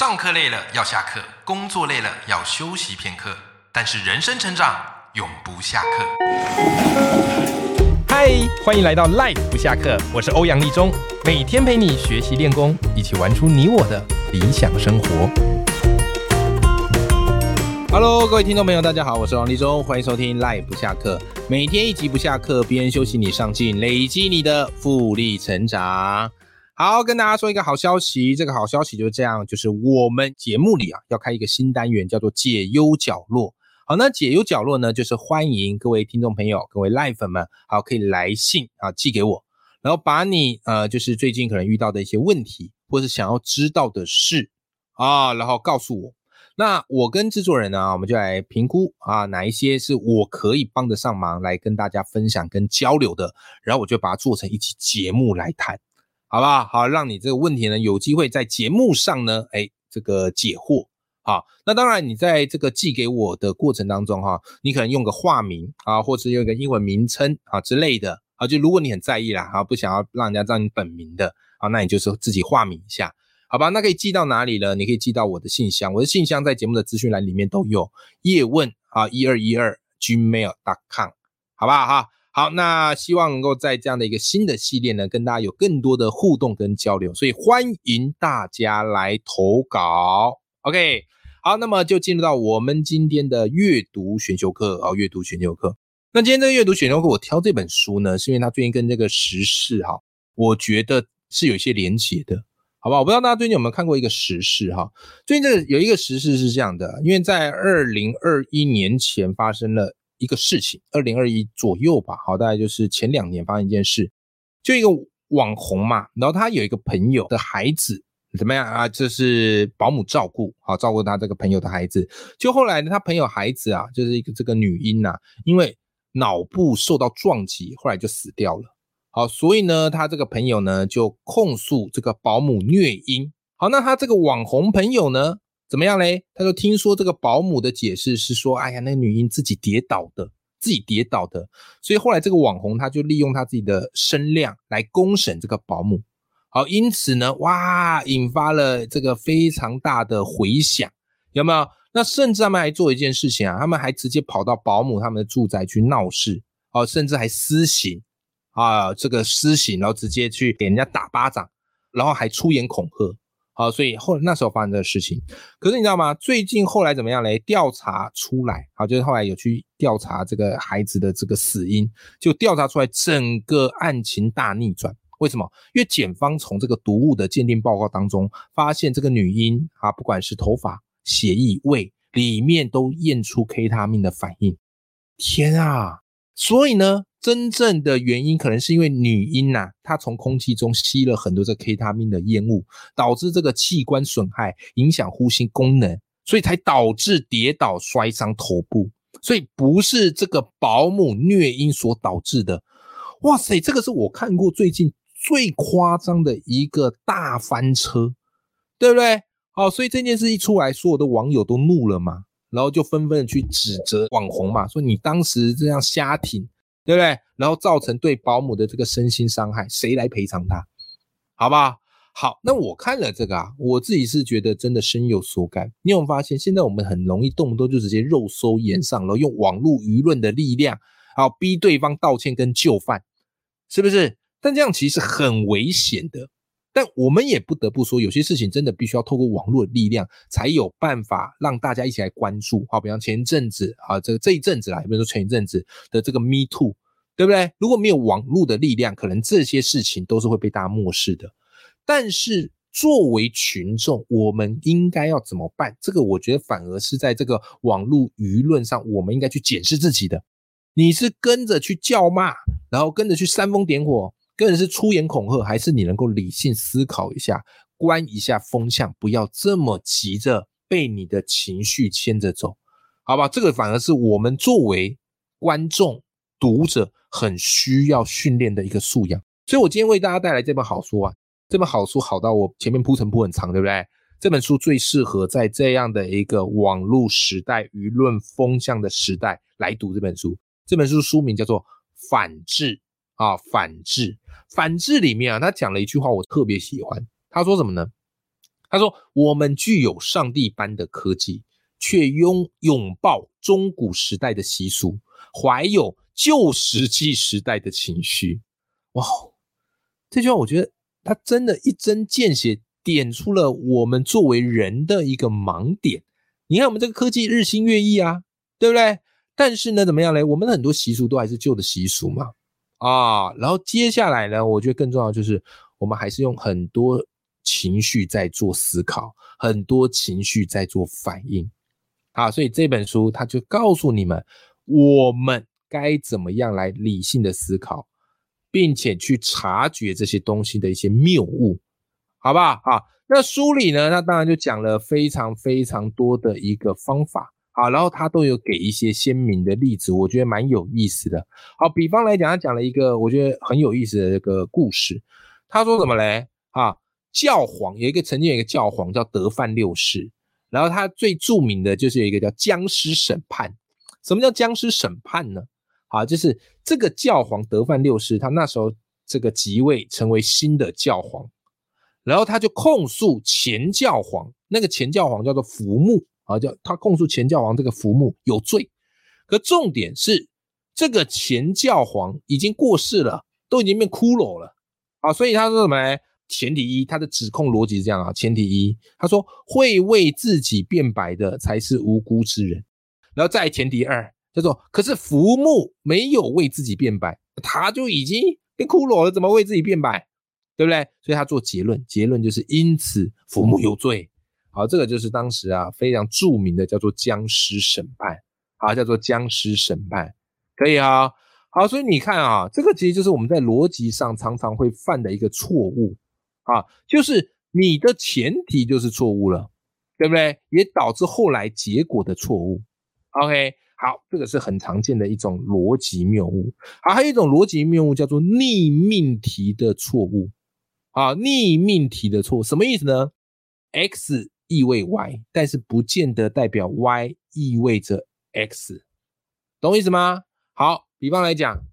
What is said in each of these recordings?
上课累了要下课，工作累了要休息片刻，但是人生成长永不下课。嗨，欢迎来到 Life 不下课，我是欧阳立中，每天陪你学习练功，一起玩出你我的理想生活。 Hello， 各位听众朋友，大家好，我是欧阳立中，欢迎收听 Life 不下课，每天一集不下课，边休息你上进，累积你的复利成长。好，跟大家说一个好消息，这个好消息就是这样，就是我们节目里要开一个新单元，叫做解忧角落。好，那解忧角落呢，就是欢迎各位听众朋友，各位 Live 粉们，好，可以来信寄给我，然后把你就是最近可能遇到的一些问题，或是想要知道的事然后告诉我。那我跟制作人呢，我们就来评估哪一些是我可以帮得上忙，来跟大家分享跟交流的，然后我就把它做成一期节目来谈。好不好？好，让你这个问题呢有机会在节目上呢，这个解惑。好，那当然你在这个寄给我的过程当中你可能用个化名或者用个英文名称之类的就如果你很在意啦不想要让人家知道你本名的那你就是自己化名一下，好吧？那可以寄到哪里呢？你可以寄到我的信箱，我的信箱在节目的资讯栏里面都有，叶问1212 gmail.com， 好不好？好，那希望能够在这样的一个新的系列呢，跟大家有更多的互动跟交流，所以欢迎大家来投稿。OK， 好，那么就进入到我们今天的阅读选修课阅读选修课。那今天这个阅读选修课，我挑这本书呢，是因为它最近跟这个时事我觉得是有一些连结的，好不好？我不知道大家最近有没有看过一个时事最近这个有一个时事是这样的，因为在2021年前发生了一个事情，2021左右吧，大概就是前2年发生一件事，就一个网红嘛，然后他有一个朋友的孩子怎么样就是保姆照顾他这个朋友的孩子，就后来呢他朋友孩子就是一个这个女婴因为脑部受到撞击，后来就死掉了。所以呢他这个朋友呢就控诉这个保姆虐婴。好，那他这个网红朋友呢怎么样嘞？他就听说这个保姆的解释是说，那个女婴自己跌倒的，所以后来这个网红他就利用他自己的声量来公审这个保姆。好，因此呢，引发了这个非常大的回响，有没有？那甚至他们还做一件事情他们还直接跑到保姆他们的住宅去闹事甚至还私刑这个私刑，然后直接去给人家打巴掌，然后还出言恐吓。好，所以那时候发生这个事情。可是你知道吗？最近后来怎么样嘞？调查出来就是后来有去调查这个孩子的这个死因，就调查出来整个案情大逆转。为什么？因为检方从这个毒物的鉴定报告当中发现，这个女婴不管是头发、血液、胃里面都验出 K 他命的反应。天啊！所以呢真正的原因可能是因为女婴她从空气中吸了很多这 K 他命的烟雾，导致这个器官损害，影响呼吸功能，所以才导致跌倒摔伤头部，所以不是这个保姆虐婴所导致的。哇塞，这个是我看过最近最夸张的一个大翻车，对不对？所以这件事一出来，所有的网友都怒了嘛，然后就纷纷的去指责网红嘛，说你当时这样瞎挺，对不对？然后造成对保姆的这个身心伤害，谁来赔偿他？好不好？好，那我看了这个我自己是觉得真的深有所感。你有没有发现现在我们很容易动不动就直接肉搜言上，然后用网络舆论的力量逼对方道歉跟就范，是不是？但这样其实很危险的。但我们也不得不说，有些事情真的必须要透过网络的力量才有办法让大家一起来关注。比方前一阵子这一阵子也不是说前一阵子的这个 Me Too， 对不对？如果没有网络的力量，可能这些事情都是会被大家漠视的。但是作为群众，我们应该要怎么办？这个我觉得反而是在这个网络舆论上，我们应该去检视自己的。你是跟着去叫骂，然后跟着去煽风点火，跟着是出言恐吓，还是你能够理性思考一下，观一下风向，不要这么急着被你的情绪牵着走，好吧？这个反而是我们作为观众读者很需要训练的一个素养。所以我今天为大家带来这本好书这本好书好到我前面铺陈铺很长，对不对？这本书最适合在这样的一个网络时代、舆论风向的时代来读这本书。这本书书名叫做反制反制里面他讲了一句话我特别喜欢。他说什么呢？ 他说我们具有上帝般的科技，却拥抱中古时代的习俗，怀有旧石器时代的情绪。哇，这句话我觉得他真的一针见血点出了我们作为人的一个盲点。你看我们这个科技日新月异啊，对不对？但是呢怎么样呢？我们的很多习俗都还是旧的习俗嘛。然后接下来呢，我觉得更重要的就是我们还是用很多情绪在做思考，很多情绪在做反应。好，所以这本书它就告诉你们我们该怎么样来理性的思考，并且去察觉这些东西的一些谬误，好不好？好，那书里呢，它当然就讲了非常非常多的一个方法，好，然后它都有给一些鲜明的例子，我觉得蛮有意思的。好，比方来讲，他讲了一个我觉得很有意思的这个故事。他说什么嘞？教皇曾经有一个教皇叫德范六世，然后他最著名的就是有一个叫僵尸审判。什么叫僵尸审判呢？就是这个教皇德范六世，他那时候这个即位成为新的教皇，然后他就控诉前教皇，那个前教皇叫做福木，他控诉前教皇这个福木有罪。可重点是这个前教皇已经过世了，都已经变骷髅了。所以他说什么呢？前提一，他的指控逻辑是这样前提一，他说会为自己辩白的才是无辜之人。然后再前提二叫做，可是福木没有为自己辩白，他就已经变骷髅了，怎么为自己辩白？对不对？所以他做结论就是因此福木有罪。好，这个就是当时非常著名的叫做僵尸审判，叫做僵尸审判，可以好，所以你看这个其实就是我们在逻辑上常常会犯的一个错误就是你的前提就是错误了，对不对？也导致后来结果的错误。OK， 好，这个是很常见的一种逻辑谬误。好，还有一种逻辑谬误叫做逆命题的错误。逆命题的错误什么意思呢？ X 意味 Y， 但是不见得代表 Y 意味着 X， 懂我意思吗？好，比方来讲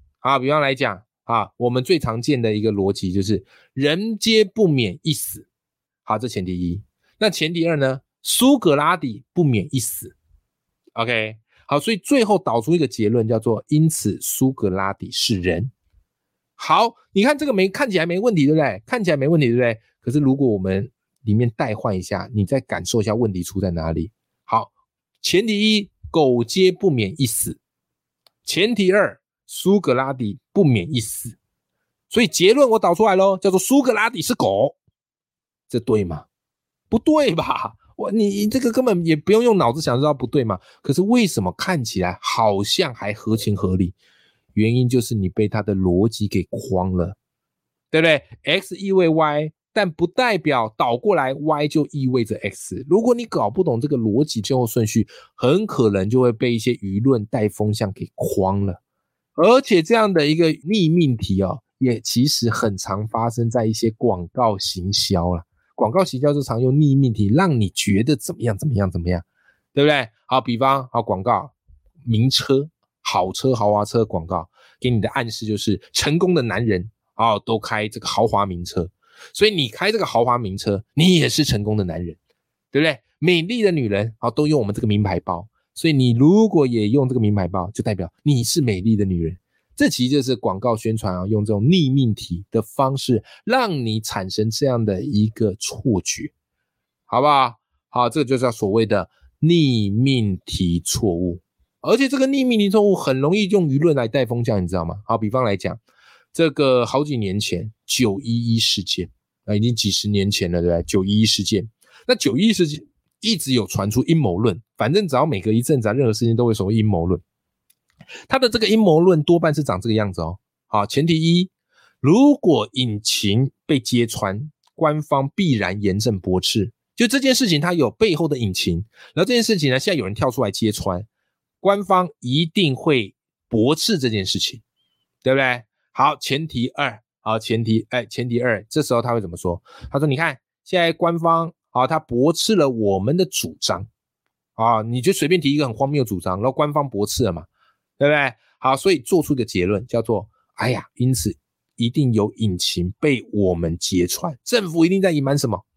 我们最常见的一个逻辑就是人皆不免一死。好，这前提一。那前提二呢？苏格拉底不免一死。OK， 好，所以最后导出一个结论叫做因此苏格拉底是人。好，你看这个看起来没问题，对不对？看起来没问题，对不对？可是如果我们里面代换一下，你再感受一下问题出在哪里。好，前提一，狗皆不免一死。前提二，苏格拉底不免一死。所以结论我导出来咯，叫做苏格拉底是狗。这对吗？不对吧？你这个根本也不用脑子想知道不对嘛。可是为什么看起来好像还合情合理？原因就是你被他的逻辑给框了，对不对？ X 意味 Y， 但不代表倒过来 Y 就意味着 X。 如果你搞不懂这个逻辑先后顺序，很可能就会被一些舆论带风向给框了。而且这样的一个逆命题也其实很常发生在一些广告行销啦。广告行销就常用逆命题让你觉得怎么样，对不对？好，比方广告名车好车豪华车广告给你的暗示就是成功的男人都开这个豪华名车，所以你开这个豪华名车你也是成功的男人，对不对？美丽的女人都用我们这个名牌包，所以你如果也用这个名牌包就代表你是美丽的女人。这其实就是广告宣传用这种逆命题的方式让你产生这样的一个错觉，好不好？好，这个就叫所谓的逆命题错误。而且这个逆命题错误很容易用舆论来带风向，你知道吗？好，比方来讲，这个好几年前911事件已经几十年前了，对不对？911事件，那911事件一直有传出阴谋论，反正只要每隔一阵子任何事情都会所谓阴谋论。他的这个阴谋论多半是长这个样子好，前提一，如果引擎被揭穿，官方必然严正驳斥。就这件事情它有背后的引擎，然后这件事情呢，现在有人跳出来揭穿，官方一定会驳斥这件事情，对不对？好，前提二，这时候他会怎么说？他说你看现在官方他驳斥了我们的主张你就随便提一个很荒谬的主张，然后官方驳斥了嘛，对不对？好，所以做出一个结论叫做因此一定有隐情被我们揭穿，政府一定在隐瞒什么，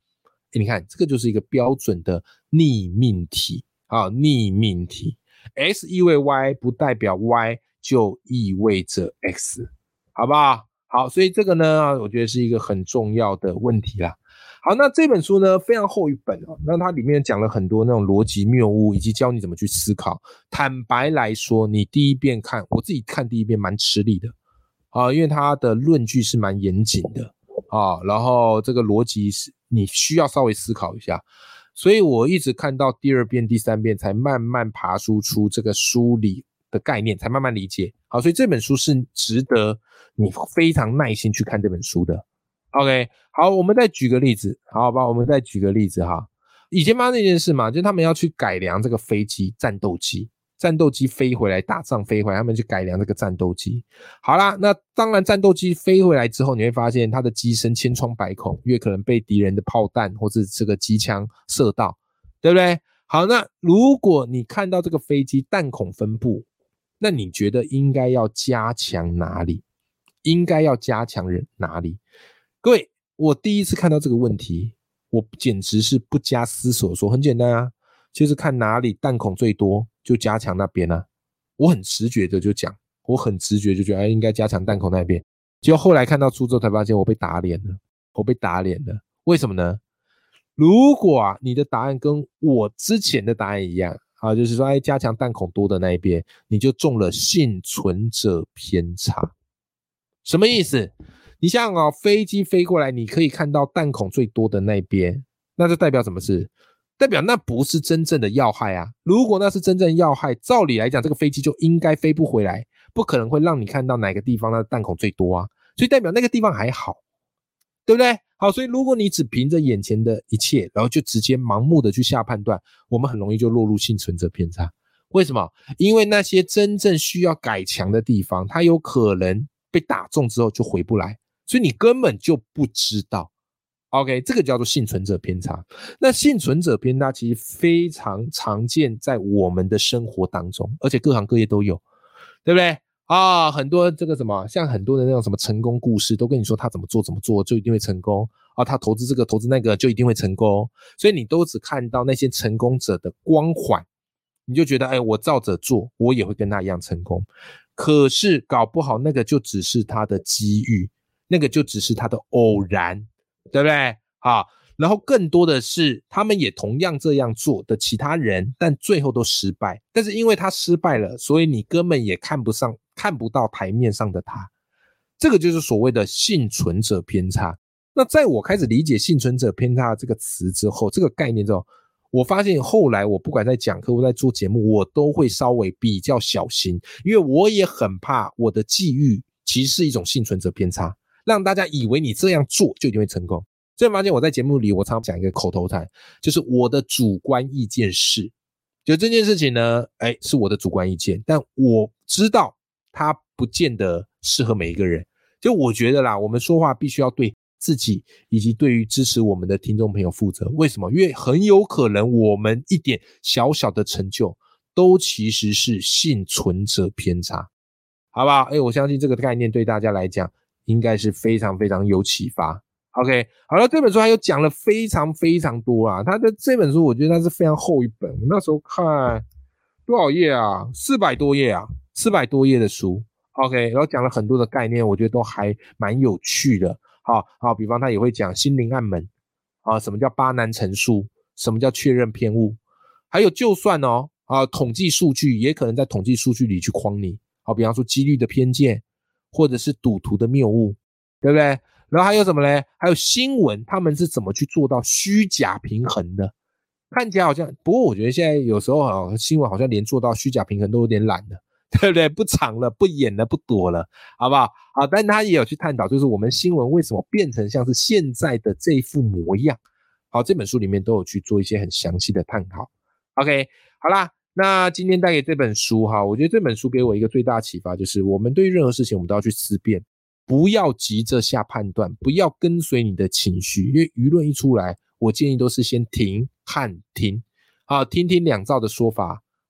你看这个就是一个标准的逆命题啊，逆命题 X 意味 Y 不代表 Y 就意味着 X， 好不好？好，所以这个呢我觉得是一个很重要的问题啦。好，那这本书呢非常厚一本哦，那它里面讲了很多那种逻辑谬误，以及教你怎么去思考。坦白来说，你第一遍看，我自己看第一遍蛮吃力的啊，因为它的论据是蛮严谨的啊，然后这个逻辑是你需要稍微思考一下，所以我一直看到第二遍、第三遍才慢慢爬输出这个书里的概念，才慢慢理解。好，所以这本书是值得你非常耐心去看这本书的。OK， 好，我们再举个例子，好吧，我们再举个例子哈。以前发生一件事嘛，就是他们要去改良这个飞机战斗机飞回来，打仗飞回来，他们去改良这个战斗机。好啦，那当然战斗机飞回来之后，你会发现它的机身千疮百孔，因为可能被敌人的炮弹或是这个机枪射到，对不对？好，那如果你看到这个飞机弹孔分布，那你觉得应该要加强哪里？应该要加强哪里？各位，我第一次看到这个问题，我简直是不加思索说很简单啊，就是看哪里弹孔最多就加强那边啊。我很直觉的就讲，我很直觉就觉得应该加强弹孔那边。结果后来看到书之后才发现我被打脸了，为什么呢？如果你的答案跟我之前的答案一样啊，就是说加强弹孔多的那一边，你就中了幸存者偏差。什么意思？你想哦，飞机飞过来，你可以看到弹孔最多的那边，那就代表什么事？代表那不是真正的要害啊！如果那是真正要害，照理来讲，这个飞机就应该飞不回来，不可能会让你看到哪个地方它的弹孔最多啊！所以代表那个地方还好，对不对？好，所以如果你只凭着眼前的一切，然后就直接盲目的去下判断，我们很容易就落入幸存者偏差。为什么？因为那些真正需要改强的地方，它有可能被打中之后就回不来。所以你根本就不知道 OK， 这个叫做幸存者偏差。那幸存者偏差其实非常常见在我们的生活当中，而且各行各业都有，对不对啊？很多这个什么，像很多的那种什么成功故事都跟你说他怎么做就一定会成功啊，他投资这个投资那个就一定会成功，所以你都只看到那些成功者的光环，你就觉得我照着做我也会跟他一样成功。可是搞不好那个就只是他的机遇，那个就只是他的偶然，对不对？好，然后更多的是他们也同样这样做的其他人，但最后都失败。但是因为他失败了，所以你根本也看不到台面上的他。这个就是所谓的幸存者偏差。那在我开始理解幸存者偏差这个词之后，这个概念之后，我发现后来我不管在讲课或在做节目，我都会稍微比较小心，因为我也很怕我的际遇其实是一种幸存者偏差，让大家以为你这样做就一定会成功。所以发现我在节目里我常常讲一个口头禅，就是我的主观意见是，就这件事情呢是我的主观意见，但我知道它不见得适合每一个人。就我觉得啦，我们说话必须要对自己以及对于支持我们的听众朋友负责。为什么？因为很有可能我们一点小小的成就都其实是幸存者偏差，好不好？我相信这个概念对大家来讲应该是非常非常有启发。OK， 好了，这本书还有讲了非常非常多啊，它的这本书我觉得它是非常厚一本，我那时候看多少页啊，400多页啊，400多页的书。OK， 然后讲了很多的概念，我觉得都还蛮有趣的。好，比方他也会讲心灵暗门啊，什么叫巴南陈述，什么叫确认偏误，还有就算统计数据也可能在统计数据里去诓你。好，比方说几率的偏见，或者是赌徒的谬误，对不对？然后还有什么呢？还有新闻，他们是怎么去做到虚假平衡的？看起来好像，不过我觉得现在有时候新闻好像连做到虚假平衡都有点懒了。对不对？不长了，不演了，不躲了，好不好？好，但他也有去探讨，就是我们新闻为什么变成像是现在的这一副模样。好，这本书里面都有去做一些很详细的探讨。OK， 好啦，那今天带给这本书我觉得这本书给我一个最大的启发，就是我们对于任何事情我们都要去思辨，不要急着下判断，不要跟随你的情绪，因为舆论一出来，我建议都是先停看听，听听两造的说法。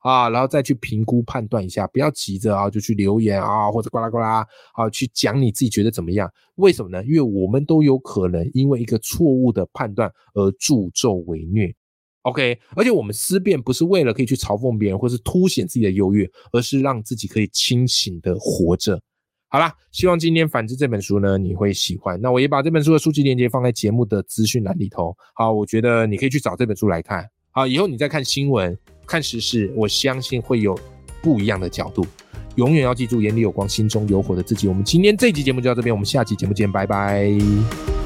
啊，然后再去评估判断一下，不要急着啊就去留言啊或者呱啦呱啦啊去讲你自己觉得怎么样。为什么呢？因为我们都有可能因为一个错误的判断而助纣为虐。OK， 而且我们思辨不是为了可以去嘲讽别人或是凸显自己的优越，而是让自己可以清醒的活着。好啦，希望今天反之这本书呢你会喜欢。那我也把这本书的书籍链接放在节目的资讯栏里头。好，我觉得你可以去找这本书来看。好，以后你再看新闻、看时事，我相信会有不一样的角度。永远要记住，眼里有光，心中有火的自己。我们今天这集节目就到这边，我们下集节目见，拜拜。